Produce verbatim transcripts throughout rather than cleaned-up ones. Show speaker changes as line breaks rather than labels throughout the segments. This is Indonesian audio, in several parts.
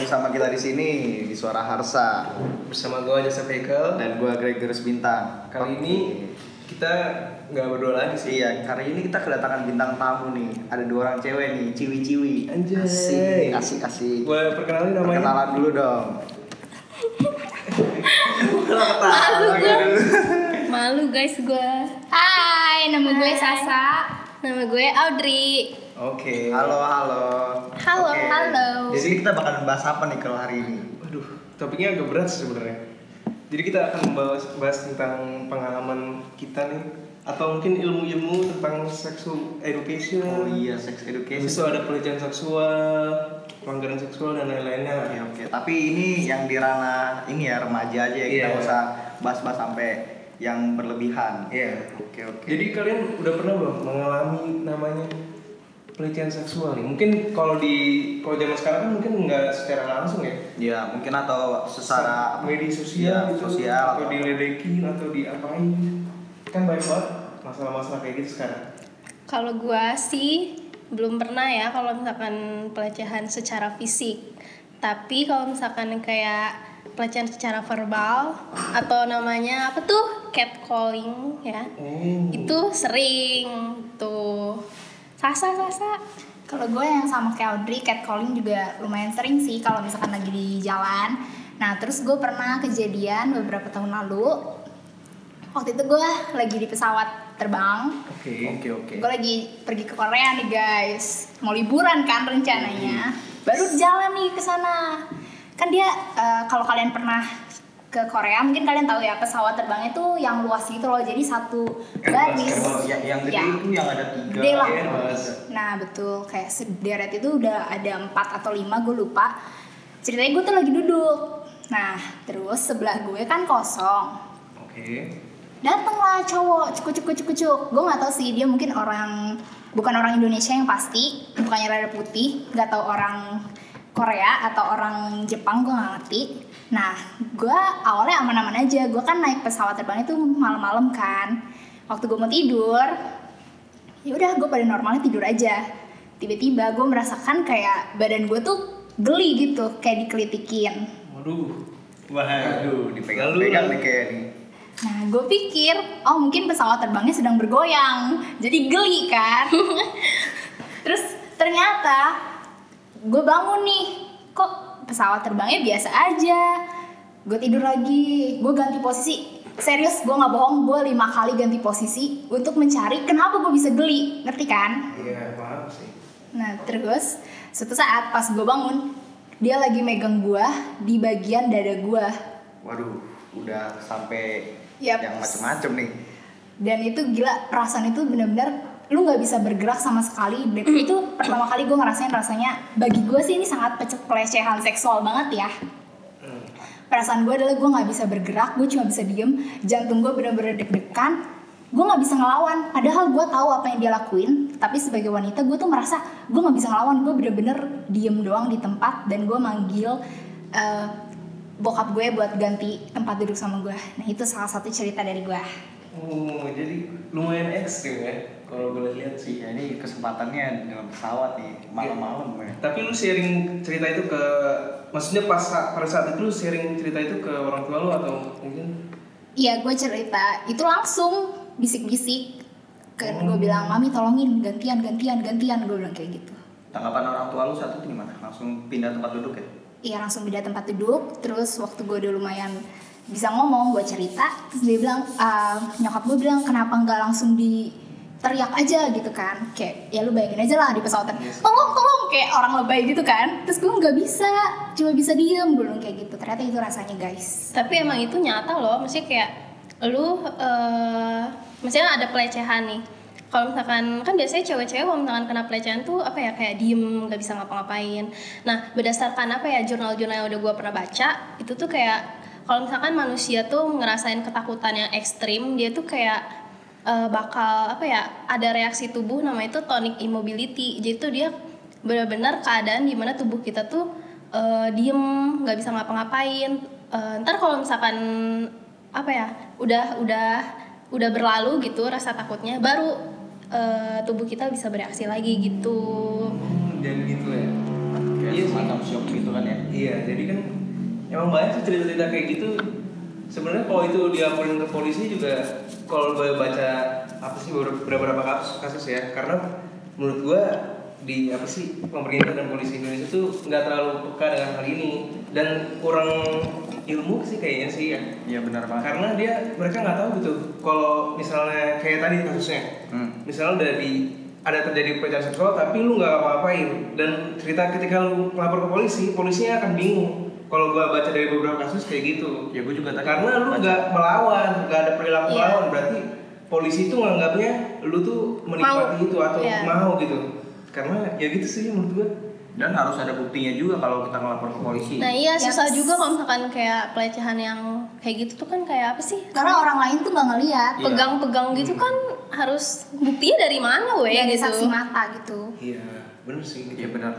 bersama kita di sini di Suara Harsa.
Bersama gue Joseph Heikel
Dan gue Gregorius Bintang.
Kali ini kita nggak berdua lagi sih.
Iya, kali ini kita kedatangan bintang tamu nih. Ada dua orang cewek nih, ciwi-ciwi.
Anjay.
Asik, asik, asik.
Gue perkenalin namanya.
Perkenalan dulu dong.
Malu gue. Malu guys gue. Hai, nama gue Sasa. Nama gue Audrey.
Oke.
Halo, halo.
Halo,
Oke.
halo.
Jadi kita bakal bahas apa nih kalau hari ini?
Waduh, topiknya agak berat sih sebenarnya. Jadi kita akan membahas bahas tentang pengalaman kita nih, atau mungkin ilmu-ilmu tentang sexual education.
Oh iya, sex education.
Habis itu ada pelecehan seksual, pelanggaran seksual dan lain-lainnya.
Oke, oke. Tapi ini yang di ranah ini ya remaja aja ya. Kita
Iya.
nggak usah bahas-bahas sampai yang berlebihan.
Iya.
Oke, oke.
Jadi kalian udah pernah belum mengalami namanya pelecehan seksual nih? Mungkin kalau di kalau zaman sekarang kan mungkin nggak secara langsung ya.
Ya mungkin atau secara
media sosial,
ya,
gitu,
sosial
atau
atau
diledekin atau diapain. Kan banyak banget masalah-masalah kayak gitu sekarang.
Kalau gue sih belum pernah ya kalau misalkan pelecehan secara fisik. Tapi kalau misalkan kayak pelecehan secara verbal atau namanya apa tuh catcalling ya,
Oh.
itu sering tuh. Sasa, Sasa.
Kalau gue yang sama kayak Audrey, catcalling juga lumayan sering sih kalau misalkan lagi di jalan. Nah terus gue pernah kejadian beberapa tahun lalu. Waktu itu gue lagi di pesawat terbang.
Oke.
Oke, oke.
Gue lagi pergi ke Korea nih guys. Mau liburan kan rencananya. Baru jalan nih ke sana. Kan dia uh, kalau kalian pernah ke Korea mungkin kalian tahu ya pesawat terbangnya tuh yang luas gitu loh. Jadi satu garis.
Oh, yang, yang gede
Ya.
itu yang ada tiga.
Gede lah.
Airbus.
Nah betul, kayak sederet itu udah ada empat atau lima, gue lupa. Ceritanya gue tuh lagi duduk. Nah terus sebelah gue kan kosong.
Oke.
Datenglah cowok, cukup cukup cukup cukup. Gue nggak tahu sih dia mungkin orang bukan orang Indonesia yang pasti, bukannya rada putih, nggak tahu orang Korea atau orang Jepang, gue nggak ngerti. Nah gue awalnya aman-aman aja. Gue kan naik pesawat terbang itu malam-malam kan. Waktu gue mau tidur, ya udah gue pada normalnya tidur aja. Tiba-tiba gue merasakan kayak badan gue tuh geli gitu, kayak dikelitikin.
Waduh. Wah.
Aduh, dipegang-pegang nih kayak nih.
Nah gue pikir, oh mungkin pesawat terbangnya sedang bergoyang, jadi geli kan. Terus ternyata gue bangun nih, kok pesawat terbangnya biasa aja. Gue tidur lagi, gue ganti posisi. Serius, gue gak bohong, gue lima kali ganti posisi untuk mencari kenapa gue bisa geli, ngerti kan?
Iya, paham sih.
Nah terus suatu saat pas gue bangun, dia lagi megang gue di bagian dada gue.
Waduh, udah sampai
Yap.
yang macem-macem nih.
Dan itu gila, perasaan itu benar-benar lu nggak bisa bergerak sama sekali. Dan itu pertama kali gue ngerasain rasanya, bagi gue sih ini sangat pece- pelecehan seksual banget ya. Perasaan gue adalah gue nggak bisa bergerak, gue cuma bisa diem, jantung gue benar-benar deg-degan, gue nggak bisa ngelawan. Padahal gue tahu apa yang dia lakuin, tapi sebagai wanita gue tuh merasa gue nggak bisa ngelawan. Gue bener-bener diem doang di tempat dan gue manggil uh, bokap gue buat ganti tempat duduk sama gue. Nah itu salah satu cerita dari gue.
Oh, jadi lumayan ekstrim ya kalau gue lihat sih.
Ya ini kesempatannya dalam pesawat nih, malam-malam ya.
Tapi lu sharing cerita itu ke, maksudnya pas pada saat itu lu sharing cerita itu ke orang tua lu atau mungkin?
Iya gue cerita, itu langsung bisik-bisik. Kan gue bilang, mami tolongin gantian, gantian, gantian. Gue bilang kayak gitu.
Tanggapan orang tua lu saat itu gimana? Langsung pindah tempat duduk ya?
Iya langsung pindah tempat duduk. Terus waktu gue udah lumayan bisa ngomong, gue cerita. Terus dia bilang, uh, nyokap gue bilang kenapa nggak langsung di teriak aja gitu kan. Kayak ya lu bayangin aja lah di pesawat, tolong tolong kayak orang lebay gitu kan. Terus gue nggak bisa, cuma bisa diem. Gue bilang kayak gitu. Ternyata itu rasanya guys.
Tapi emang itu nyata loh, maksudnya kayak lu uh, misalnya ada pelecehan nih. Kalau misalkan kan biasanya cewek-cewek kalau misalkan kena pelecehan tuh apa ya, kayak diem, nggak bisa ngapa-ngapain. Nah berdasarkan apa ya, jurnal-jurnal yang udah gue pernah baca, itu tuh kayak kalau misalkan manusia tuh ngerasain ketakutan yang ekstrim, dia tuh kayak uh, bakal apa ya, ada reaksi tubuh namanya itu tonic immobility. Jadi tuh dia benar-benar keadaan dimana tubuh kita tuh uh, diem, nggak bisa ngapa-ngapain. Uh, ntar kalau misalkan apa ya, udah udah udah berlalu gitu rasa takutnya, baru uh, tubuh kita bisa bereaksi lagi gitu.
Dan gitu ya.
Kayak
Iya sih.
semacam shock gitu kan ya.
Iya, jadi kan emang banyak sih cerita-cerita kayak gitu. Sebenarnya kalau itu dilaporin ke polisi juga, kalau gue baca apa sih beberapa kasus, kasus ya, karena menurut gue di apa sih pemerintah dan polisi Indonesia tuh nggak terlalu peka dengan hal ini dan kurang ilmu sih kayaknya sih ya.
Iya benar banget.
Karena dia mereka nggak tahu gitu. Kalau misalnya kayak tadi kasusnya,
Hmm.
misalnya udah di ada terjadi pelecehan seksual tapi lu nggak apa-apain dan cerita ketika lu melapor ke polisi, polisinya akan bingung. Kalau gua baca dari beberapa kasus kayak gitu.
Ya gue juga tadi.
Karena lu
baca.
nggak melawan, nggak ada perilaku
Iya.
melawan, berarti polisi itu nganggapnya lu tuh menikmati
Mau.
itu atau
Iya.
mau gitu. Karena ya gitu sih menurut gua.
Dan harus ada buktinya juga kalau kita ngelapor ke polisi.
Nah iya susah
Yes.
juga kalau misalkan kayak pelecehan yang kayak gitu tuh kan kayak apa sih?
Karena orang lain tuh nggak ngeliat.
Iya.
Pegang-pegang gitu kan harus buktinya dari mana weh
Dari
gitu.
saksi mata gitu.
Iya, bener sih.
Iya benar.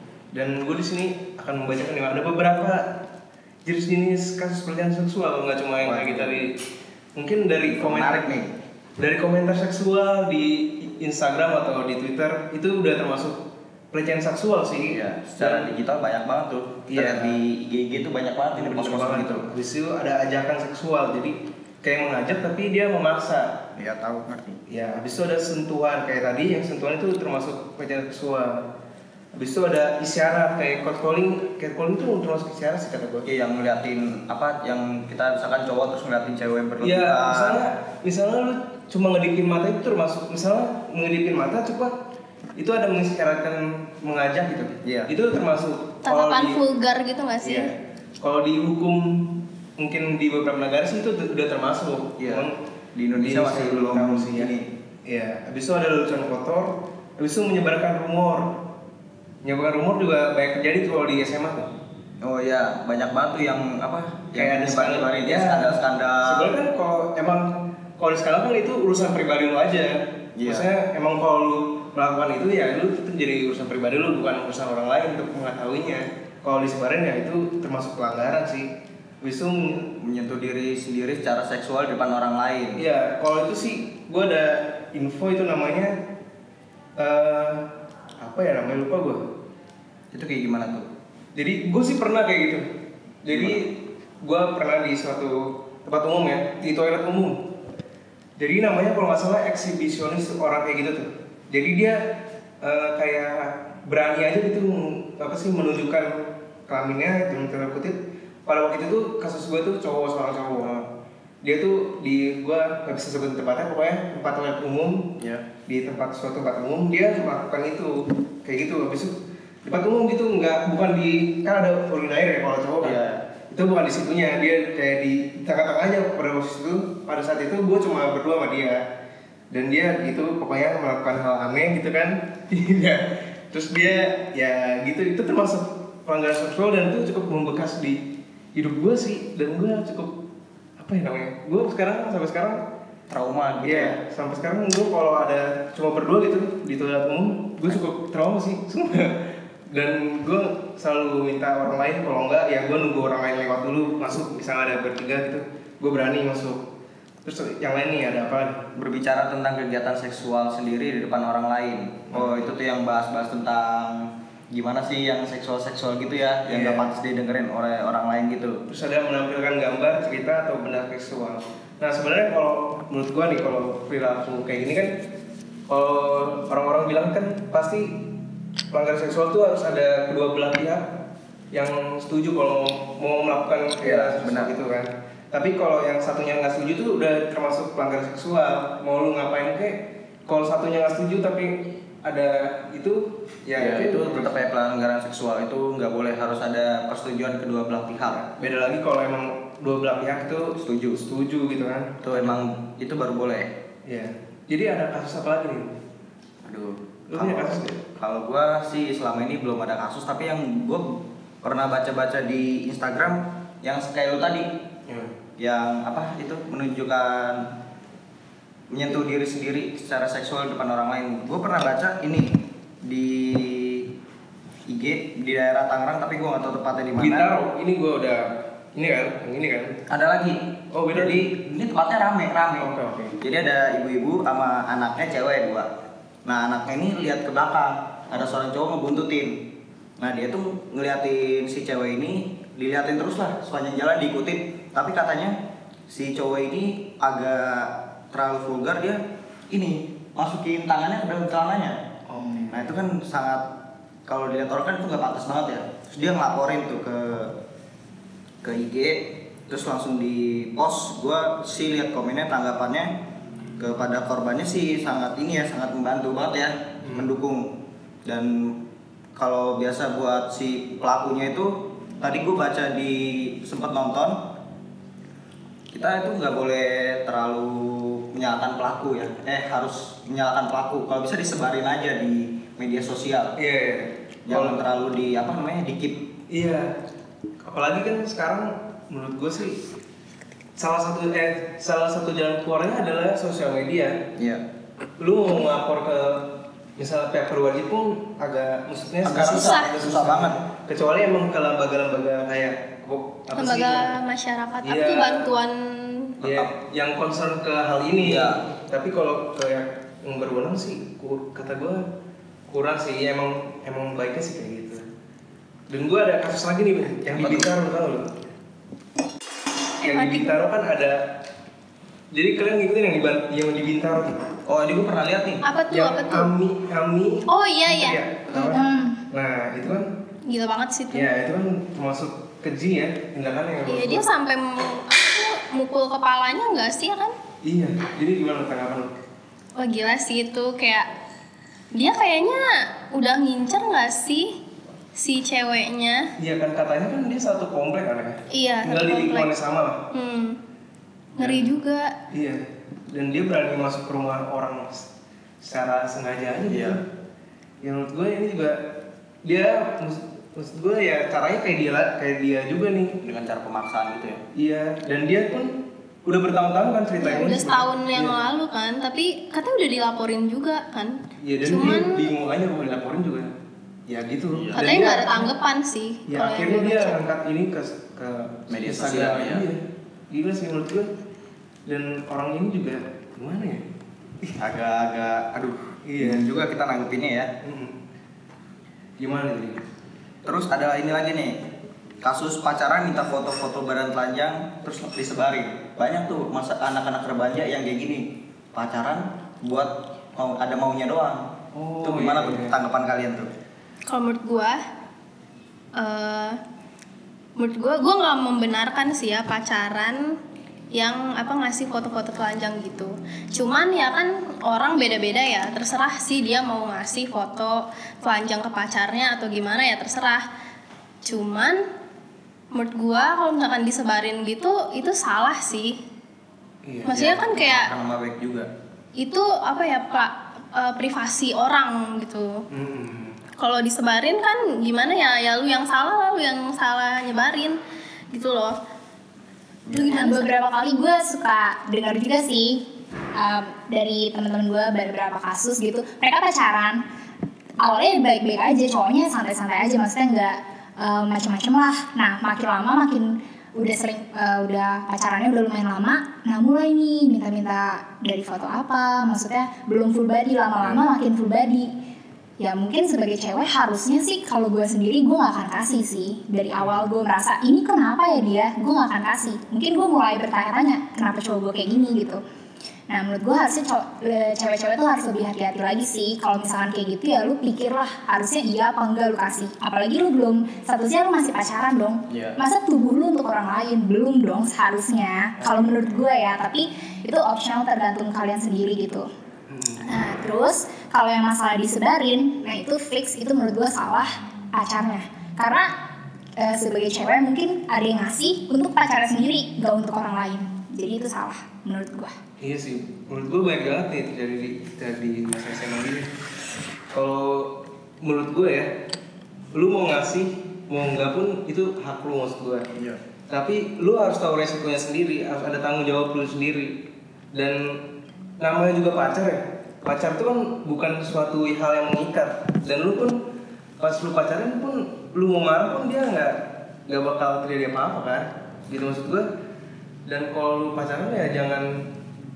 Dan gue di sini akan membacakan nih, ada beberapa jenis-jenis kasus pelecehan seksual, nggak cuma yang kayak kita tadi. Mungkin dari komentar
Menarik nih.
dari komentar seksual di Instagram atau di Twitter itu udah termasuk pelecehan seksual sih.
Iya, secara digital banyak banget tuh. Kita
Iya.
lihat di I G I G tuh banyak banget ini
Ini
post-post
banget
gitu.
tuh. Habis itu ada ajakan seksual, jadi kayak mengajak tapi dia memaksa.
Iya tahu ngerti.
Ya, habis itu ada sentuhan kayak tadi, yang sentuhan itu termasuk pelecehan seksual. Habis itu ada isyarat kayak catcalling, catcalling itu termasuk isyarat sih kata gue.
Iya yang ngeliatin apa yang kita misalkan cowok terus ngeliatin cewek yang berlebihan.
Iya, misalnya, misalnya lu cuma ngedipin mata itu termasuk, misalnya ngedipin mata cepat itu ada mengisyaratkan mengajak gitu.
Iya.
Itu termasuk kalau
Tatapan
di-
vulgar gitu nggak sih?
Iya. Kalau di hukum mungkin di beberapa negara sih itu udah termasuk.
Iya.
Cuman
Di Indonesia masih
saya
belum
tahu sih ya.
ini.
Iya. Habis itu ada lelucon kotor. Habis itu menyebarkan rumor. Menyebarkan rumor juga banyak terjadi tuh kalau di S M A tuh.
Oh iya, banyak banget tuh yang apa?
Kayak ada
nyebar-nyebarin
skandal.
ya, skandal-skandal.
Sebenarnya kan kalau emang kalau sekarang kan itu urusan pribadi lu aja.
Iya.
Maksudnya emang kalau lu melakukan itu ya lu itu jadi urusan pribadi lu, bukan urusan orang lain untuk mengetahuinya. Kalau disebarin ya itu termasuk pelanggaran sih. Habis itu
menyentuh diri sendiri secara seksual di depan orang lain.
iya, kalau itu sih gue ada info itu namanya eh apa ya namanya lupa gue.
Itu kayak gimana tuh?
Jadi gue sih pernah kayak gitu. Jadi gue pernah di suatu tempat umum ya, di toilet umum. Jadi namanya kalau nggak salah eksibisionis orang kayak gitu tuh. Jadi dia eh, kayak berani aja gitu apa sih menunjukkan kelaminnya dalam tanda kutip. Pada waktu itu tuh kasus gue tuh cowok seorang cowok. Dia tuh di gue nggak bisa sebut tempatnya, pokoknya tempat toilet umum.
Ya.
Di tempat suatu tempat umum dia melakukan itu kayak gitu. Habis itu tempat umum gitu nggak bukan di kan ada urinair ya kalau cowok kan.
Iya.
Itu bukan di situnya, dia kayak di tengah-tengahnya pada posisi itu. Pada saat itu gue cuma berdua sama dia dan dia itu pokoknya melakukan hal aneh gitu kan. Iya. Terus dia ya gitu, itu termasuk pelanggaran seksual dan itu cukup membekas di hidup gue sih, dan gue cukup apa ya namanya, gue sekarang sampai sekarang
Trauma gitu.
iya, sampai sekarang gue kalau ada cuma berdua gitu di toilet umum, gue cukup trauma sih, sumpah. Dan gue selalu minta orang lain, kalau enggak ya gue nunggu orang lain lewat dulu masuk, misalnya ada bertiga gitu, gue berani masuk. Terus yang lain nih ada apa?
Berbicara tentang kegiatan seksual sendiri di depan orang lain. Oh itu tuh yang bahas-bahas tentang gimana sih yang seksual-seksual gitu ya, yang
Iya.
gak pantas didengerin oleh orang lain gitu.
Terus ada menampilkan gambar, cerita atau benda seksual. Nah sebenarnya kalau menurut gua nih, kalau perilaku kayak gini kan, kalau orang-orang bilang kan pasti pelanggaran seksual tuh harus ada kedua belah pihak yang setuju kalau mau melakukan
Iya,
kayak
benar.
gitu kan. Tapi kalau yang satunya nggak setuju tuh udah termasuk pelanggaran seksual. Mau lu ngapain kek? Kalau satunya nggak setuju tapi ada itu, ya,
Ya, itu tetap kayak pelanggaran seksual, itu nggak boleh, harus ada persetujuan kedua belah pihak.
beda lagi kalau emang dua belah pihak itu
Setuju.
setuju gitu kan.
Itu emang itu baru boleh.
Iya. Jadi ada kasus apa lagi nih?
Aduh.
Lu punya kasus nggak?
Kalau gua sih selama ini belum ada kasus, tapi yang gua pernah baca-baca di Instagram yang kayak lu tadi,
Ya.
yang apa itu menunjukkan menyentuh diri sendiri secara seksual di depan orang lain. Gue pernah baca ini di I G di daerah Tangerang, tapi gue nggak tahu tepatnya di mana.
Bintaro, ini gua udah ini kan, yang ini kan.
Ada lagi.
Oh, beda.
Jadi ini tempatnya rame rame.
Oke, oke.
Jadi ada ibu-ibu sama anaknya cewek dua. Nah anaknya ini lihat ke belakang, ada seorang cowok ngebuntutin. Nah dia tuh ngeliatin si cewek ini, diliatin terus lah sepanjang jalan diikutin. Tapi katanya si cowok ini agak terlalu vulgar, dia ini masukin tangannya ke dalam celananya.
Oh.
Nah itu kan sangat, kalau dilihat orang kan itu nggak pantas banget ya. Terus dia ngelaporin tuh ke ke I G, terus langsung di post. Gue sih lihat komennya, tanggapannya kepada korbannya sih sangat ini ya, sangat membantu banget ya, hmm. mendukung. Dan kalau biasa buat si pelakunya itu, tadi gue baca di sempat nonton, kita itu nggak boleh terlalu menyalahkan pelaku ya, eh harus menyalahkan pelaku. Kalau bisa disebarin aja di media sosial.
Iya. Yeah, yeah.
Jangan terlalu di apa namanya di keep.
Iya. Apalagi kan sekarang menurut gue sih salah satu eh salah satu jalan keluarnya adalah sosial media.
Iya.
Lu mau ngelapor ke misalnya pihak berwajib pun agak maksudnya
Agak
sekarang
susah.
agak
Susah banget.
Kecuali emang ke lembaga-lembaga kayak oh, apa sih,
lembaga
kan?
masyarakat
Iya.
apa tuh bantuan
Ya, yang concern ke hal ini.
Iya.
Tapi kalau ke yang yang berwenang sih ku- kata gue kurang sih. Ya, emang emang baiknya sih kayak gitu. Dan gue ada kasus lagi nih yang di Bintaro, tau lo? Yang di Bintaro kan ada. Jadi kalian ngikutin yang di Ban- yang di Bintaro tuh?
Oh ini gue pernah lihat nih.
apa tuh
Yang
apa tuh
Ami Ami.
oh iya iya
Iya, tahu kan?
Hmm.
Nah itu kan,
gila banget sih tuh
ya itu kan termasuk keji ya, tindakan yang
iya
harus-
dia sampai m- apa tuh, mukul kepalanya nggak sih ya kan
Iya, jadi gimana tanggapan lu?
wah gila sih itu kayak dia kayaknya udah ngincer nggak sih si ceweknya
Iya kan katanya kan dia satu komplek kan ya?
iya
Tinggal
satu
di lingkungan
komplek.
yang sama lah.
hmm. ngeri juga
Iya. Dan dia berani masuk ke rumah orang secara sengaja aja gitu.
Iya.
Ya menurut gue ini juga dia maksud, maksud gue ya caranya kayak dia kayak dia juga nih.
Dengan cara pemaksaan gitu ya.
Iya. Dan dia pun udah bertahun-tahun kan ceritanya.
ya, udah setahun yang
Iya.
lalu kan tapi katanya udah dilaporin juga kan
Iya dan
cuman
dia bingung aja mau dilaporin juga. Ya gitu.
Iya.
Dan
katanya
dia-
nggak ada tanggapan sih
Ya
kalau yang
akhirnya
gue
dia
baca.
angkat ini ke ke
Media
Instagram,
sosial, ya.
iya. Gila sih menurut gue. Dan orang ini juga gimana ya?
Agak-agak, aduh.
Iya.
Bingung juga kita nanggepinnya ya.
Mm-mm. Gimana nih?
Terus ada ini lagi nih, kasus pacaran minta foto-foto badan telanjang terus disebarin. Banyak tuh masa anak-anak remaja yang kayak gini, pacaran buat mau ada maunya doang.
Oh,
Itu gimana
iya,
tuh
iya.
tanggapan kalian tuh?
Kalau menurut gua, eh menurut gua, gua nggak membenarkan sih ya pacaran yang apa ngasih foto-foto telanjang gitu. Cuman ya kan orang beda-beda ya, terserah sih dia mau ngasih foto telanjang ke pacarnya atau gimana ya terserah. Cuman menurut gua kalau misalkan disebarin gitu itu salah sih.
Iya.
Maksudnya kan kayak
Karena nama baik juga.
itu apa ya pak eh, privasi orang gitu.
Mm-mm.
Kalau disebarin kan gimana ya, ya lu yang salah, lu yang salah nyebarin gitu loh. Lu
Nah,
gimana?
beberapa kali gue suka dengar juga sih um, dari teman-teman gue beberapa kasus gitu, mereka pacaran awalnya baik-baik aja, cowoknya santai-santai aja, maksudnya nggak um, macem-macem lah. Nah makin lama makin udah sering uh, udah pacarannya udah lumayan lama, nah mulai nih minta-minta dari foto apa, maksudnya belum full body, lama-lama makin full body. Ya mungkin sebagai cewek harusnya sih kalau gue sendiri gue gak akan kasih sih. Dari awal gue merasa ini kenapa ya dia, gue gak akan kasih. Mungkin gue mulai bertanya-tanya kenapa cowok gue kayak gini gitu. Nah menurut gue harusnya cow- e, cewek-cewek tuh harus lebih hati-hati lagi sih. Kalau misalkan kayak gitu ya lu pikirlah harusnya iya apa enggak lu kasih. Apalagi lu belum, statusnya lu masih pacaran dong.
Iya.
Masa tubuh lu untuk orang lain? Belum dong seharusnya. Kalau menurut gue ya, tapi itu optional tergantung kalian sendiri gitu. Nah terus kalau yang masalah disebarin, nah itu fix, itu menurut gue salah pacarnya. Karena e, sebagai cewek mungkin ada yang ngasih untuk pacarnya sendiri, gak untuk orang lain. Jadi itu salah menurut gue.
Iya sih, menurut gue baik banget nih terjadi di, terjadi di masa S M A ini. Kalau menurut gue ya, lu mau ngasih, mau enggak pun itu hak lu maksud gue.
Iya.
Tapi lu harus tahu resikonya sendiri, harus ada tanggung jawab lu sendiri. Dan namanya juga pacar ya, pacar itu kan bukan suatu hal yang mengikat. Dan lu pun pas lu pacaran pun, lu mau marah pun dia nggak nggak bakal terjadi apa-apa kan, gitu maksud gue. Dan kalau lu pacaran ya jangan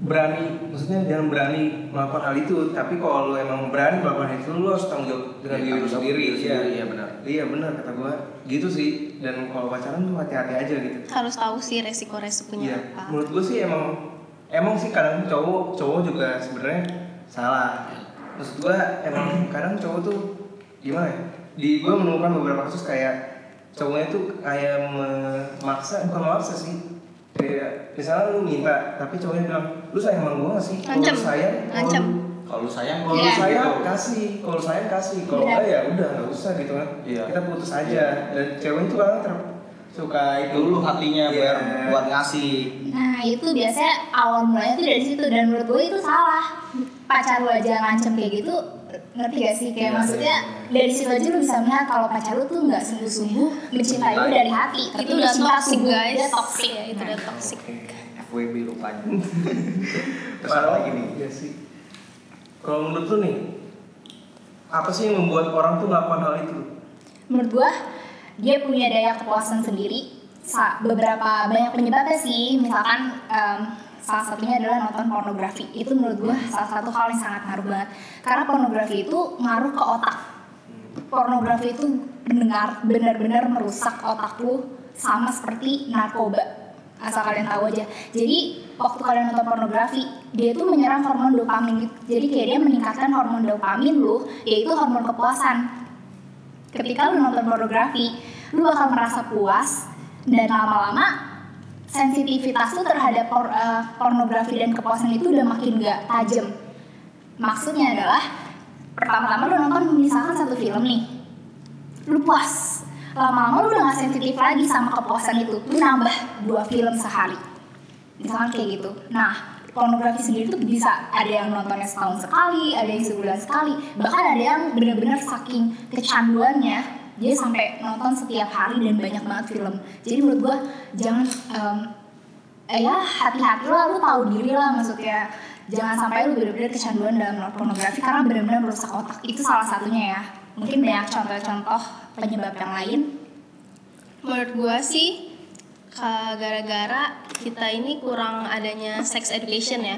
berani, maksudnya jangan berani melakukan hal itu. Tapi kalau lu emang berani melakukan itu, lu harus tanggung jawab dengan
Iya,
diri lu
tanggung jawab
sendiri.
diri sendiri, iya benar.
Iya benar kata gua, gitu sih. Dan kalau pacaran tuh hati-hati aja gitu.
Harus tahu sih resiko-resikonya
Iya,
apa.
menurut gua sih emang emang sih kadang cowok cowok juga sebenarnya salah. Maksud gua emang kadang cowok tuh gimana ya? Di gua menemukan beberapa kasus kayak cowoknya tuh kayak memaksa, bukan memaksa sih. Kayak misalnya lu minta, tapi cowoknya bilang, lu sayang sama gua gak sih? Kalau
Ancam.
lu sayang,
Ancam.
Kalau lu sayang,
kalau lu
Iya.
sayang kasih, kalau lu sayang kasih, kalau
Benar.
enggak ya udah nggak usah gitu kan.
Iya.
Kita putus aja. Dan cewek itu kadang ter- suka itu
dulu hatinya
Iya.
biar buat ngasih.
Nah itu biasanya awal mulanya tuh dari situ, dan menurut gue itu salah. Pacar lu aja ngancem kayak gitu, ngerti gak sih? Kayak
Iya,
maksudnya dari situ aja lu bisa melihat kalau pacar lu tuh nggak sungguh-sungguh mencintai lu dari hati, tapi
Itu udah
dia cinta
toxic
sungguh.
guys.
Dia toxic.
Ya, itu udah toxic.
F W B rupanya. Terus
Parah
apa lagi nih?
Iya sih. Kalau menurut lu nih, apa sih yang membuat orang tuh melakukan hal itu?
Menurut gua dia punya daya kepuasan sendiri. Sa- beberapa banyak penyebabnya sih, misalkan em, salah satunya adalah nonton pornografi. Itu menurut gua salah satu hal yang sangat ngaruh banget, karena pornografi itu ngaruh ke otak. Pornografi itu mendengar benar-benar merusak otak lu, sama seperti narkoba. Asal kalian tahu aja. Jadi waktu kalian nonton pornografi, dia tuh menyerang hormon dopamin gitu. Jadi kayak dia meningkatkan hormon dopamin lu, yaitu hormon kepuasan. Ketika lu nonton pornografi, lu bakal merasa puas, dan lama-lama sensitivitas lu terhadap por- eh, pornografi dan kepuasan itu udah makin gak tajam. Maksudnya adalah, pertama-tama lu nonton misalkan satu film nih, lu puas, lama-lama lu udah gak sensitif lagi sama kepuasan itu, lu nambah dua film sehari, misalkan kayak gitu. Nah, pornografi sendiri tuh bisa ada yang nontonnya setahun sekali, ada yang sebulan sekali, bahkan ada yang benar-benar saking kecanduannya dia sampai nonton setiap hari dan banyak banget film. Jadi menurut gua jangan em, eh ya hati-hati lah, lu tahu diri lah, maksudnya jangan sampai lu benar-benar kecanduan dalam pornografi karena benar-benar merusak otak. Itu salah satunya ya. Mungkin banyak contoh-contoh penyebab yang lain.
Menurut gua sih ka- gara-gara kita ini kurang adanya sex education ya.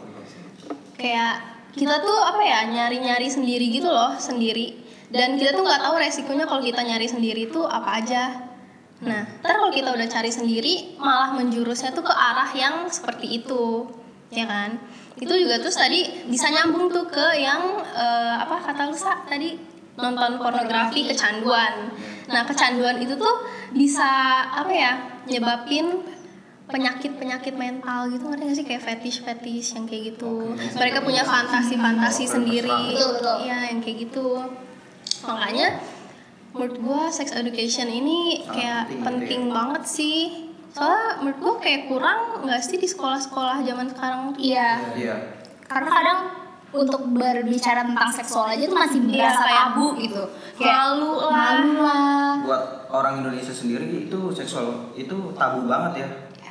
Kayak kita tuh apa ya, nyari-nyari sendiri gitu loh, sendiri. Dan kita tuh nggak tahu resikonya kalau kita nyari sendiri tuh apa aja. Nah, ntar kalau kita udah cari sendiri malah menjurusnya tuh ke arah yang seperti itu, ya kan? Itu juga terus tadi bisa nyambung tuh ke yang eh, apa kata lu Sa, tadi nonton pornografi kecanduan. Nah, kecanduan itu tuh bisa apa ya, nyebabin penyakit-penyakit mental gitu, ngerti gak sih, kayak fetish-fetish yang kayak gitu. Mereka punya fantasi-fantasi sendiri.
Betul, betul.
Iya, yang kayak gitu. Makanya menurut gua sex education ini kayak
penting,
penting,
penting.
banget sih. Soalnya menurut gua kayak kurang nggak sih di sekolah-sekolah zaman sekarang tuh.
Iya.
Iya.
Karena kadang untuk berbicara tentang seksual aja tuh masih
Iya,
berasa
kayak
tabu gitu.
malu lah.
Malu lah.
Buat orang Indonesia sendiri itu seksual itu tabu banget ya.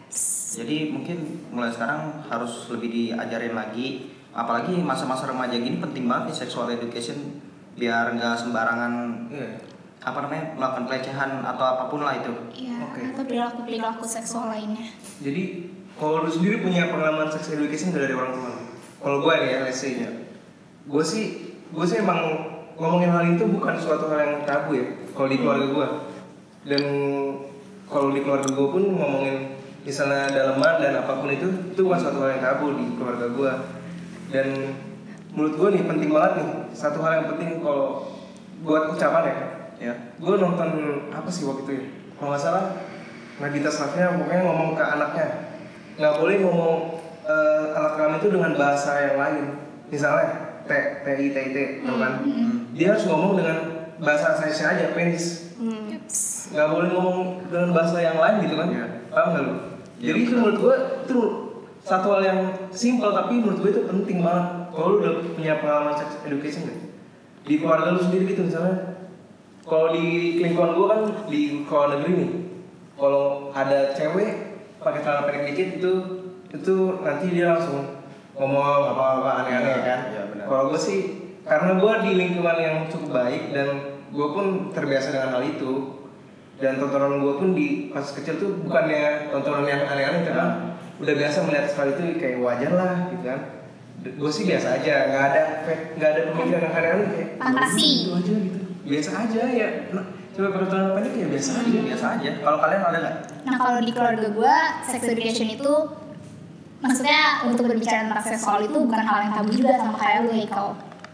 Jadi mungkin mulai sekarang harus lebih diajarin lagi, apalagi masa-masa remaja gini penting banget nih sexual education biar nggak sembarangan
Iya.
apa namanya melakukan pelecehan atau apapun lah itu.
Iya,
Oke.
atau perilaku-perilaku seksual lainnya.
Jadi kalau lu sendiri punya pengalaman sex education nggak dari orang tua lu? Kalau gue nih ya, let's say ya, gue sih gue sih emang ngomongin hal itu bukan suatu hal yang tabu ya. Kalau di keluarga gue, dan kalau di keluarga gue pun ngomongin misalnya dalaman dan apapun itu, itu bukan suatu hal yang tabu di keluarga gue. Dan menurut gue nih penting banget nih, satu hal yang penting kalau buat ucapan ya.
Ya.
Gue nonton apa sih waktu itu ya? Kalau nggak salah Nagita Slavina pokoknya ngomong ke anaknya, nggak boleh ngomong uh, alat kelamin itu dengan bahasa yang lain. Misalnya T, T I, T I, T, tau kan? Dia harus ngomong dengan bahasa saya aja, penis.
Hmm.
Nggak boleh ngomong dengan bahasa yang lain gitu kan?
Iya.
Paham nggak lu?
Iya,
Jadi itu
benar.
menurut gue itu satu hal yang simpel tapi menurut gue itu penting banget. Kalau lu udah punya pengalaman sex education nggak? Di keluarga lu sendiri gitu misalnya. Kalau di lingkungan gue kan di sekolah negeri nih, kalau ada cewek pakai celana pendek dikit itu itu nanti dia langsung ngomong apa-apa aneh-aneh
Iya,
kan.
iya, benar.
Kalau gue sih karena gue di lingkungan yang cukup baik dan gue pun terbiasa dengan hal itu, dan tontonan gue pun di pas kecil tuh bukannya tontonan yang aneh-aneh kan, udah biasa melihat sekali itu kayak wajar lah gitu kan. Gue sih biasa aja, nggak ada nggak ada pemikiran yang aneh-aneh kayak
Fantasi.
itu aja gitu, biasa aja ya. Nah, coba peraturan apa kayak biasa aja.
Biasa aja. Kalau kalian ada nggak?
Nah kalau di keluarga gue, sex education itu maksudnya untuk berbicara tentang seksual itu bukan hal yang tabu juga sama kayak lu Haikal.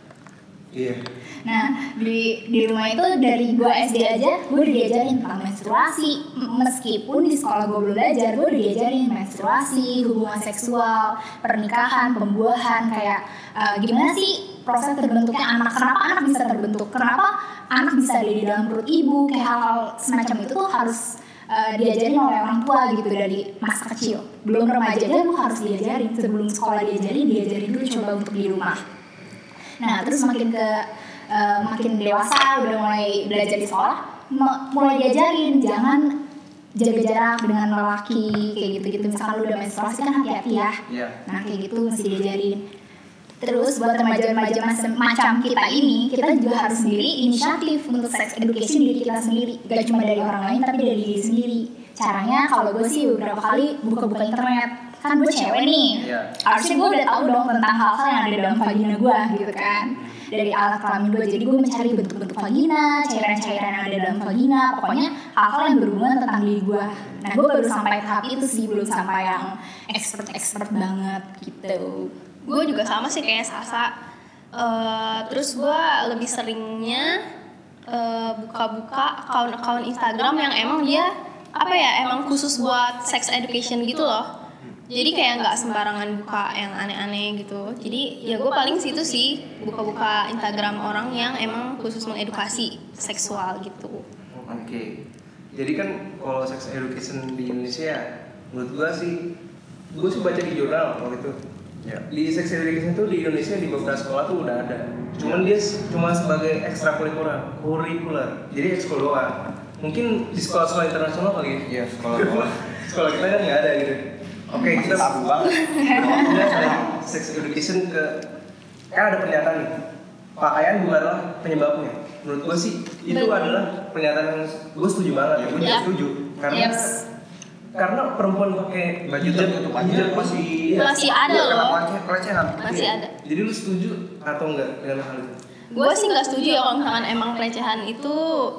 Iya.
Nah di di rumah itu dari gue S D aja gue udah diajarin tentang menstruasi. M- meskipun di sekolah gue belum belajar, gue udah diajarin menstruasi, hubungan seksual, pernikahan, pembuahan, kayak uh, gimana sih proses terbentuknya anak, kenapa anak bisa terbentuk, kenapa anak bisa ada di dalam perut ibu, kayak hal-hal semacam itu tuh harus uh, diajarin oleh orang tua gitu dari masa kecil. Belum remaja aja lu harus diajarin, sebelum sekolah diajarin, diajarin dulu coba untuk di rumah. Nah terus makin ke uh, makin dewasa udah mulai belajar di sekolah, m- mulai diajarin jangan jaga jarak dengan lelaki kayak gitu-gitu. Misalkan lu udah menstruasi kan hati-hati ya.
Iya.
Nah kayak gitu mesti diajarin. Terus buat remaja-remaja mas- macam kita ini, kita juga harus sendiri inisiatif untuk sex education diri kita sendiri. Gak cuma dari orang lain tapi dari diri sendiri. Caranya kalau gue sih beberapa kali buka-buka internet. Kan gue cewek nih,
Iya.
harusnya gue udah tahu dong tentang hal-hal yang ada dalam vagina gue gitu kan. Dari alat kelamin gue, jadi gue mencari bentuk-bentuk vagina, cairan-cairan yang ada dalam vagina, pokoknya hal-hal yang berhubungan tentang diri gue. Nah gue baru sampai tahap itu sih, belum sampai yang expert-expert banget gitu.
Gue juga sama sih kayak Sasa. Uh, terus gue lebih seringnya uh, buka-buka akun-akun Instagram yang emang dia apa ya emang khusus buat sex education gitu loh. Jadi kayak nggak sembarangan buka yang aneh-aneh gitu. Jadi ya gue paling situ sih buka-buka Instagram orang yang emang khusus mengedukasi seksual gitu.
Oke. Jadi kan kalau sex education di Indonesia, menurut gua sih, gua sih baca di jurnal waktu itu.
Ya.
Di sex education tuh di Indonesia di beberapa sekolah tuh udah ada. Cuman dia s- cuma sebagai ekstrakurikuler, kurikuler. Jadi ekskul doang. Mungkin di sekolah-sekolah internasional kali ya.
Iya, sekolah-sekolah.
Sekolah kita kan nggak ada gitu. Oke, kita
tabu banget.
Udah dari sex education ke kan ada pernyataan nih. Pakaian bukanlah penyebabnya. Menurut gue sih itu
Betul.
adalah pernyataan yang gue setuju banget.
Ya, gue
Iya.
juga setuju.
Karena
Yes.
karena perempuan pakai
Baju
hijab
tertutup aja
hijab
masih
iya.
Masih ada
Iya,
loh.
pelecehan, pelecehan.
Masih
Iya.
ada.
Jadi lu setuju atau enggak dengan hal itu?
Gue sih nggak setuju ya kalau misalkan emang pelecehan itu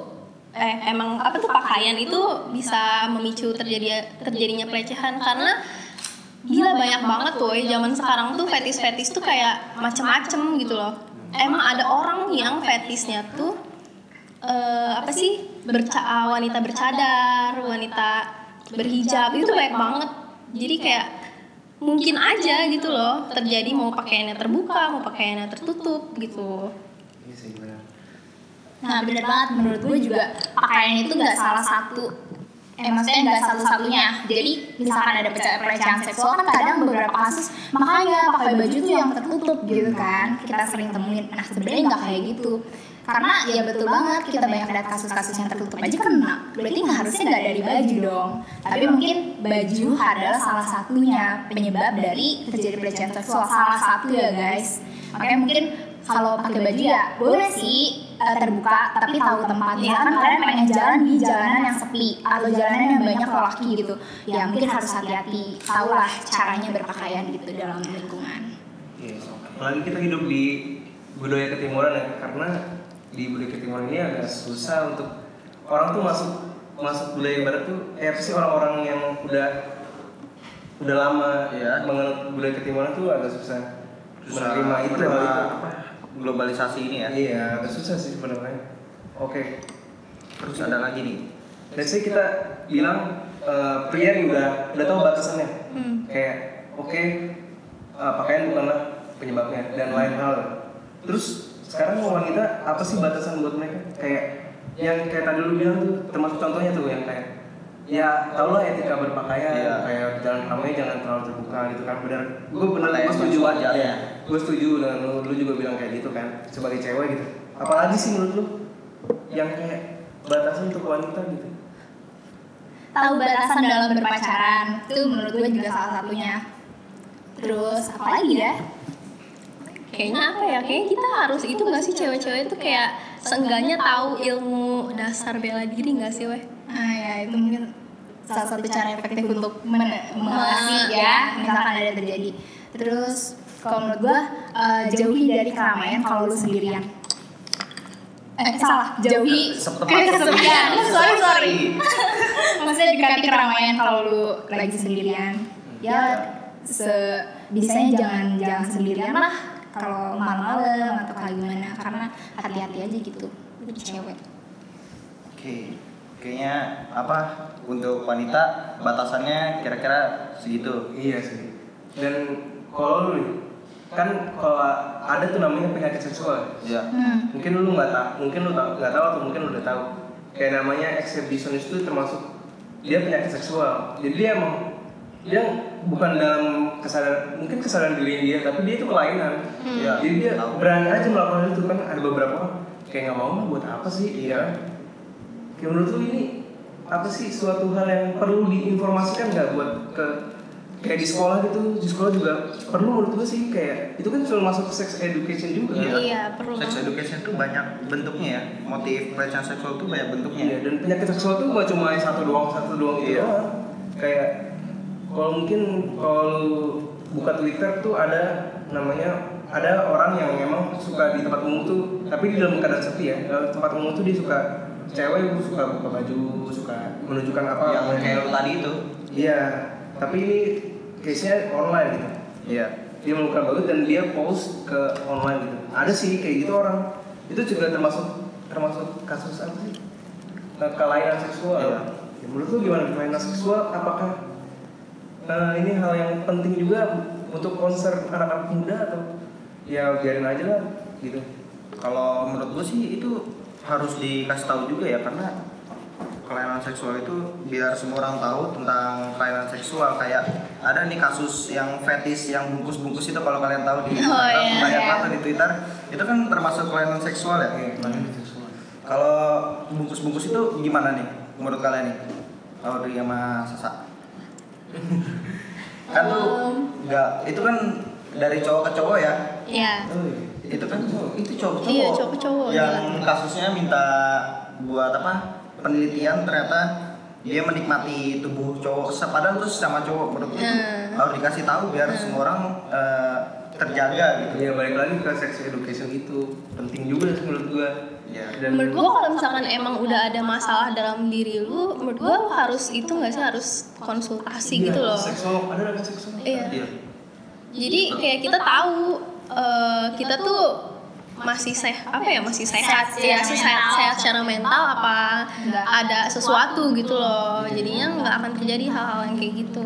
eh emang apa tuh pakaian itu bisa memicu terjadi terjadinya pelecehan karena gila banyak banget tuh ya zaman sekarang tuh fetis-fetis tuh kayak macem-macem gitu loh. Emang ada orang yang fetisnya tuh eh, apa sih berca wanita bercadar, wanita berhijab itu banyak banget. Jadi kayak mungkin aja gitu loh terjadi mau pakaiannya terbuka, mau pakaiannya tertutup gitu.
Iya sih benar.
Nah bener banget, menurut gue juga pakaian itu nggak salah satu, eh maksudnya nggak satu-satunya. Jadi misalkan ada pelece- pelecehan seksual kan kadang beberapa kasus makanya pakai baju tuh yang tertutup gitu kan, kita sering temuin. Nah sebenarnya nggak kayak gitu, karena ya betul banget kita banyak lihat kasus-kasus yang tertutup aja kena, berarti nggak harusnya nggak dari baju dong. Tapi mungkin baju adalah salah satunya penyebab dari terjadi pelecehan seksual, salah satu ya guys. Makanya mungkin kalau pakai baju ya boleh sih uh, terbuka tapi tahu tempatnya. Kan kalian pengen jalan di jalanan yang sepi atau jalanan yang banyak lelaki gitu, ya mungkin harus hati-hati, tahulah caranya berpakaian gitu dalam lingkungan.
Iya, apalagi kita hidup di budaya ketimuran ya, karena di budaya ketimuran ini agak susah untuk orang tuh masuk masuk budaya barat tuh, eh apa sih orang-orang yang udah udah lama
Iya.
mengenal budaya ketimuran tuh agak susah,
Susah
menerima itu
menerima
hal itu.
apa, globalisasi ini ya.
Iya, agak susah sih sebenarnya. Oke,
Terus ada lagi nih.
let's say kita bilang uh, pria nih udah udah tahu batasannya,
Hmm.
kayak oke uh, pakaian bukanlah penyebabnya dan lain hal. Terus sekarang wanita apa sih batasan buat mereka? Kayak yang kayak tadi lu bilang tuh, termasuk contohnya tuh yang kayak ya tau lah etika berpakaian,
Iya.
kayak jalan ramai jangan terlalu terbuka gitu kan. Benar, gue benar
Kayak
gue setuju
wajar
aja.
ya.
Gue setuju dengan lu, lu juga bilang kayak gitu kan sebagai cewek gitu. Apalagi sih menurut lu yang kayak batasan untuk wanita gitu?
Tahu batasan dalam berpacaran itu menurut gue juga salah satunya. Terus apa lagi ya?
Kayaknya apa ya? Kayaknya kita harus itu nggak sih cewek-cewek itu kayak seenggaknya tahu ilmu dasar bela diri nggak sih weh?
Ah ya itu mungkin salah satu cara efektif untuk men- mengatasi ya misalkan ada terjadi. Terus kalau menurut gue uh, jauhi dari keramaian kalau lu sendirian. Eh salah, jauhi kesepian. sorry sorry. Maksudnya dekati keramaian kalau lu lagi sendirian. Ya sebisanya jangan jangan sendirian lah kalau malam-malam atau kayak gimana, karena hati-hati aja gitu lu cewek.
Oke, kayaknya apa untuk wanita batasannya kira-kira segitu.
Iya sih. Dan kalau lu nih, kan kalau ada tuh namanya penyakit seksual.
Ya.
Hmm.
Mungkin lu nggak tahu, mungkin lu tahu, nggak tahu atau mungkin lu udah tahu. Kayak namanya exhibitionist itu termasuk dia penyakit seksual. Jadi dia emang dia bukan dalam kesadaran, mungkin kesadaran diri dia, tapi dia itu kelainan.
Hmm.
Ya.
Jadi dia
Tahu.
berani aja melakukan itu kan. Ada beberapa orang kayak nggak mau buat apa sih? Iya. Kayak menurut lu ini apa sih suatu hal yang perlu diinformasikan nggak buat ke kayak di sekolah gitu, di sekolah juga perlu menurut gue sih, kayak itu kan selalu masuk ke sex education juga.
Iya.
Iya, perlu
Sex
banget.
education itu banyak bentuknya ya. Motif pelecehan seksual itu banyak bentuknya.
Iya, dan penyakit seksual tuh gak cuma satu doang, satu doang gitu
Iya.
doang. Kayak kalau mungkin kalau lu buka Twitter tuh ada namanya, ada orang yang memang suka di tempat umum tuh, tapi di dalam keadaan sepi ya. Dalam tempat umum tuh dia suka cewek suka buka baju, suka menunjukkan apa
Yang kayak lu tadi itu.
Iya, tapi ini case-nya online gitu.
Iya.
Dia melakukan bagus dan dia post ke online gitu. Ada sih kayak gitu orang. Itu juga termasuk termasuk kasus apa sih? Ke- Kelainan seksual.
Iya.
Ya, menurut lu gimana kelainan seksual? Apakah eh, ini hal yang penting juga untuk concern anak-anak muda atau ya biarin aja lah gitu?
Kalau menurut gue sih itu harus dikasih tahu juga ya, karena kelainan seksual itu biar semua orang tahu tentang kelainan seksual. Kayak ada nih kasus yang fetish yang bungkus-bungkus itu, kalau kalian tahu di Instagram,
Oh, iya,
banyak
iya.
banget di Twitter, itu kan termasuk kelainan seksual ya.
Kelainan seksual.
Kalau bungkus-bungkus itu gimana nih menurut kalian nih? Audrey sama Sasa. Kan tuh nggak, itu kan dari cowok ke cowok ya.
Iya.
Oh, iya.
Itu kan itu cowok
Iya, cowok ke cowok,
yang kasusnya minta buat apa penelitian, ternyata dia menikmati tubuh cowok padahal itu sama cowok. Menurut itu
Hmm.
harus dikasih tahu biar semua orang eh, terjaga gitu.
Iya, balik lagi ke sex education itu penting juga sih menurut gua.
Iya.
Dan
Menurut gua kalau misalkan emang udah ada masalah dalam diri lu, menurut gua lu harus itu nggak sih, harus konsultasi
Iya,
gitu loh.
Seksual, ada ada seksual.
Iya.
Iya.
Jadi kayak kita tahu eh, kita tuh masih sehat, apa ya, masih sehat, ya sih sehat, sehat secara mental apa
Nggak.
ada sesuatu gitu loh. Jadinya nggak akan terjadi hal-hal yang kayak gitu.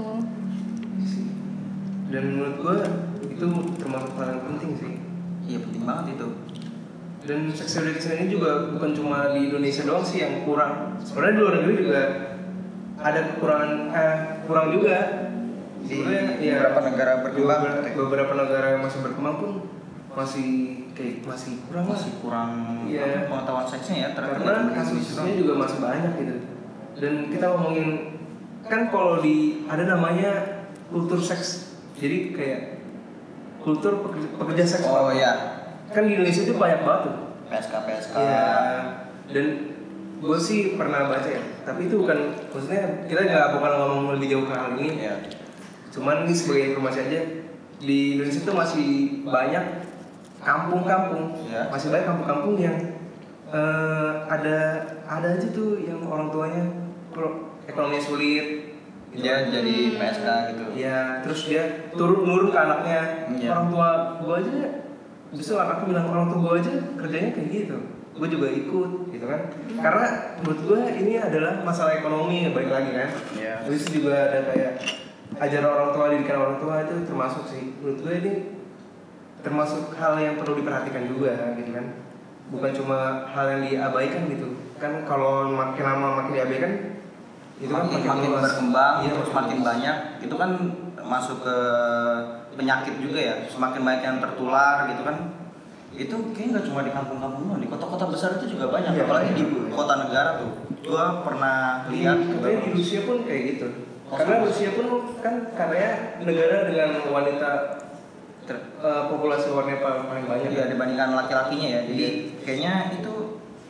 Dan menurut gua itu termasuk hal yang penting sih.
Iya, penting banget itu.
Dan sex education ini juga bukan cuma di Indonesia doang sih yang kurang. Sebenarnya di luar negeri juga ada kekurangan, eh kurang juga.
Di
Sebenarnya, ya,
beberapa negara berkembang.
beberapa, beberapa negara yang masih berkembang pun masih kayak masih kurang lah.
Masih kurang
Iya.
pengetahuan seksnya ya, ternyata
Karena kasusnya juga masih banyak gitu. Dan kita ngomongin kan kalau di ada namanya kultur seks. Jadi kayak kultur pekerja, pekerja seks.
Oh iya.
Kan di Indonesia itu banyak banget tuh.
P S K P S K.
Iya. Dan gue sih pernah baca ya. Tapi itu bukan, maksudnya kita nggak bukan ngomong lebih jauh ke hal ini.
Iya.
Cuman ini sebagai informasi aja, di Indonesia itu masih banyak kampung-kampung,
Ya.
masih banyak kampung-kampung yang eh, ada ada aja tuh yang orang tuanya pro- ekonominya sulit, gitu.
Dia jadi P S K gitu.
Iya, terus dia turun nurun ke anaknya.
Iya.
Orang tua gua aja, justru anakku bilang orang tua gua aja kerjanya kayak gitu. Gue juga ikut, gitu kan? Karena menurut gua ini adalah masalah ekonomi, balik lagi kan.
Iya.
Terus juga ada kayak ajaran orang tua, didikan orang tua itu termasuk sih. Menurut gue ini termasuk hal yang perlu diperhatikan juga, gitu kan? Bukan cuma hal yang diabaikan gitu. Kan kalau makin lama makin diabaikan, itu kan
makin, makin
luas.
berkembang,
Iya,
terus makin banyak, itu kan masuk ke penyakit juga ya. Semakin banyak yang tertular gitu kan. Itu kayaknya nggak cuma di kampung-kampung doang, di kota-kota besar itu juga banyak.
Iya,
Apalagi di
banyak.
kota negara tuh. Gua pernah
Di,
lihat
katanya di Rusia pun kayak gitu. Karena Rusia pun kan katanya negara dengan wanita ter- eh, populasi wanita paling paling banyak.
ya dibandingkan laki-lakinya ya. Jadi kayaknya itu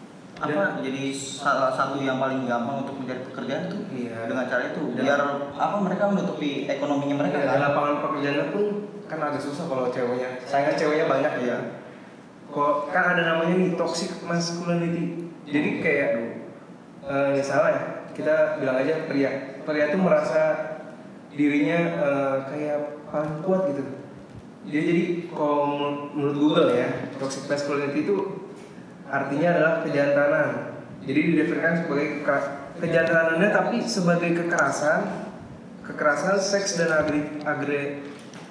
apa jadi salah satu yang paling gampang untuk mencari pekerjaan tuh
Iya.
dengan cara itu
Dan-
biar apa mereka menutupi ekonominya mereka
Ya,
kan.
lapangan pekerjaan pun kan agak susah kalau ceweknya. Sayangnya ceweknya banyak ya. Kok kan ada namanya nih toxic masculinity. Jadi kayak eh, misalnya ya, kita bilang aja pria. Pria itu merasa dirinya eh, kayak paling kuat gitu. Dia jadi kalau menur- menurut Google ya, toxic masculinity itu artinya adalah kejantanan. Jadi didefinisikan sebagai kekera- kejantanannya tapi sebagai kekerasan, kekerasan seks dan agri, agre,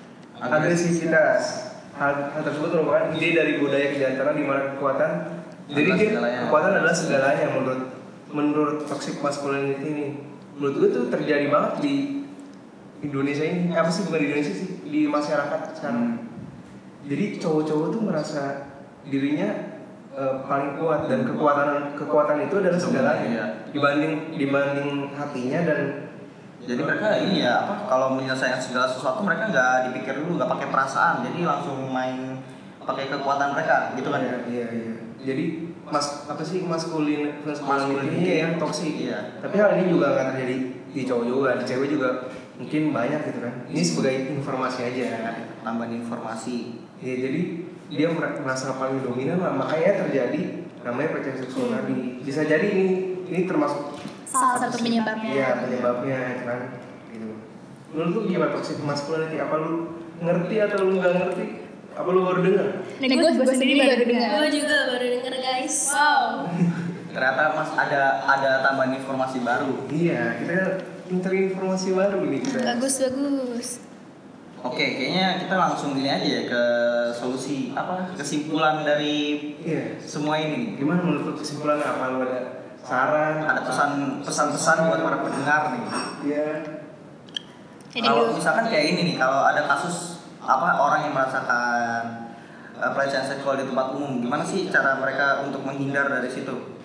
agresivitas. Hal, hal tersebut merupakan ide dari budaya kejantanan di mana kekuatan. Jadi
Adalah
dia
segalanya.
kekuatan adalah segalanya menurut menurut toxic masculinity ini. Menurut gue tuh terjadi banget di Indonesia ini. Eh, apa sih bukan di Indonesia sih, di masyarakat sekarang.
Hmm.
Jadi cowok-cowok tuh merasa dirinya eh, paling kuat dan kekuatan kekuatan itu adalah segalanya
Iya.
dibanding dibanding hatinya dan
Jadi mereka ini ya apa kalau menyelesaikan segala sesuatu mereka nggak dipikir dulu, nggak pakai perasaan, jadi langsung main pakai kekuatan mereka gitu kan ya.
iya iya iya. Jadi mas apa sih maskulin maskulin ini yang toksik.
Iya.
Tapi hal ini juga nggak terjadi di cowok juga, di cewek juga mungkin banyak gitu kan. Ini sebagai informasi aja.
Tambahin informasi.
Ya jadi dia mer- merasa paling dominan lah, makanya terjadi namanya pelecehan seksual tadi. Bisa jadi ini ini termasuk
Salah satu penyebabnya.
Iya penyebabnya kan gitu. Menurut lu gimana toxic masculinity? Apa lu ngerti atau lu nggak ngerti? Apa lu baru dengar?
Nih gue gue sendiri baru dengar.
Gue juga baru denger guys. Wow.
Ternyata mas ada ada tambahan informasi baru.
Iya kita mencari informasi baru nih kita.
Bagus bagus.
Oke, kayaknya kita langsung gini aja ya ke solusi apa kesimpulan dari
Iya.
semua ini.
Gimana menurut lu kesimpulannya? Apa lu ada saran?
Ada pesan pesan-pesan buat para pendengar nih.
Iya.
Jadi
Kalau
dulu.
misalkan kayak ini nih, kalau ada kasus apa orang yang merasakan uh, pelecehan seksual di tempat umum, gimana sih cara mereka untuk menghindar dari situ?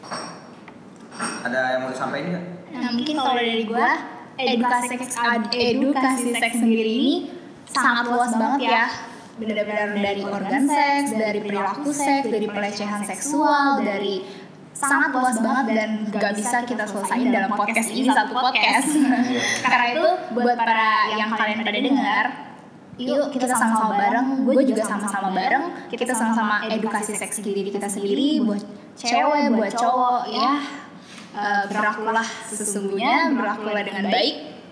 Ada yang mau disampaikan nggak?
Nah mungkin kalau dari gue edukasi seks edukasi seks sendiri ini sangat luas banget ya. Benar-benar dari organ seks, dari perilaku seks, dari pelecehan seksual, dari sangat luas banget dan gak bisa kita selesaiin dalam podcast ini satu podcast. Karena itu buat para yang kalian pada dengar, yuk kita sama-sama bareng, gue juga sama-sama bareng, kita sama-sama edukasi seks diri kita sendiri, buat cewek, buat cowok ya. Uh, berlakulah sesungguhnya, berlakulah dengan baik,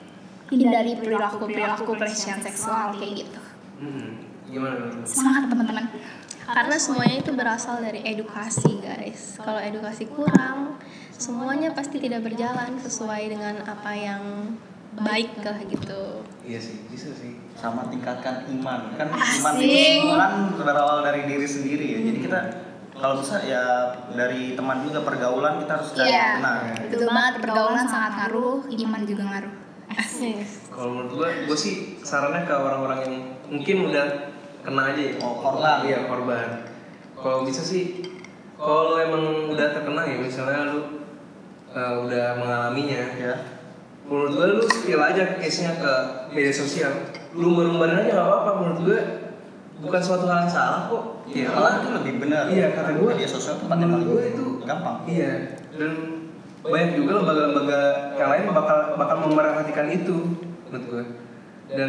hindari perilaku-perilaku pelecehan seksual kayak gitu.
Hmm. Gimana menurut lu?
Semangat teman-teman.
Karena semuanya itu berasal dari edukasi guys. Kalau edukasi kurang, semuanya pasti tidak berjalan sesuai dengan apa yang baik lah gitu.
Iya sih, bisa sih.
Sama tingkatkan iman. Kan iman
Asik.
itu kan berawal dari diri sendiri ya. Jadi kita kalau bisa ya dari teman juga pergaulan kita harus cari
Iya,
benar.
betul banget, pergaulan sangat ngaruh, iman juga ngaruh.
Asik.
Kalau menurut gua, gua sih sarannya ke orang-orang yang mungkin udah kena aja ya.
Oh, korban.
Iya, korban. Kalau bisa sih, kalau lu emang udah terkena ya, misalnya lu uh, udah mengalaminya,
Ya.
menurut gua lu spill aja case-nya ke media sosial. Lu umbar-umbarin aja nggak apa-apa. Menurut gua bukan suatu hal yang salah kok.
Iya, malah itu lebih benar.
Iya, kata gua
media sosial tempat yang
menurut
paling
gua itu
gampang.
Iya, dan banyak juga lembaga-lembaga yang lain bakal bakal memerhatikan itu menurut gue. Dan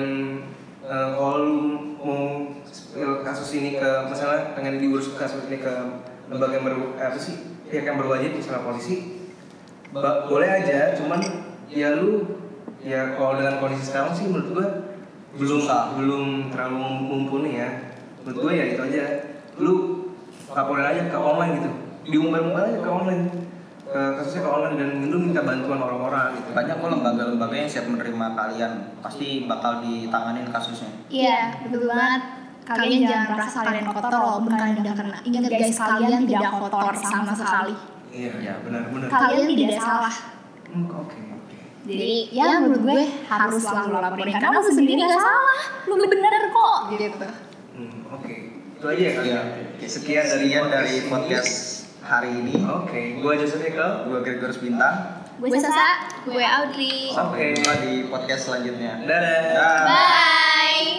uh, kalau lu mau spill kasus ini ke misalnya pengen diurus kasus ini ke lembaga yang baru eh, apa sih pihak yang berwajib misalnya polisi, ba- boleh aja. Cuman ya lu ya kalau dengan kondisi sekarang sih menurut gue belum
Susah.
belum terlalu mumpuni ya. Menurut gue ya itu aja. Lu laporin aja ke online gitu, diumbar-umbar aja ke online, ke kasusnya ke online dan lu minta bantuan orang-orang gitu.
Banyak kok lembaga-lembaga yang siap menerima kalian, pasti bakal ditanganin kasusnya.
Iya, betul banget. Kalian jangan merasa kalian kotor walaupun kalian udah kena. Ingat guys, kalian tidak kotor sama sekali.
Iya,
Ya,
benar-benar.
Kalian tidak salah.
Hmm, oke oke.
Jadi ya menurut gue harus selalu laporin karena lu sendiri gak salah. Lu bener kok gitu.
Hmm, oke. Itu aja ya kali ya. Sekian dari
Sekian dari
ini.
podcast hari ini.
Oke, gua Joseph Ekel.
Gue Gregorius Bintang.
Gue Sasa.
Gue Audrey.
Sampai jumpa di podcast selanjutnya.
Dadah.
Dah.
Bye.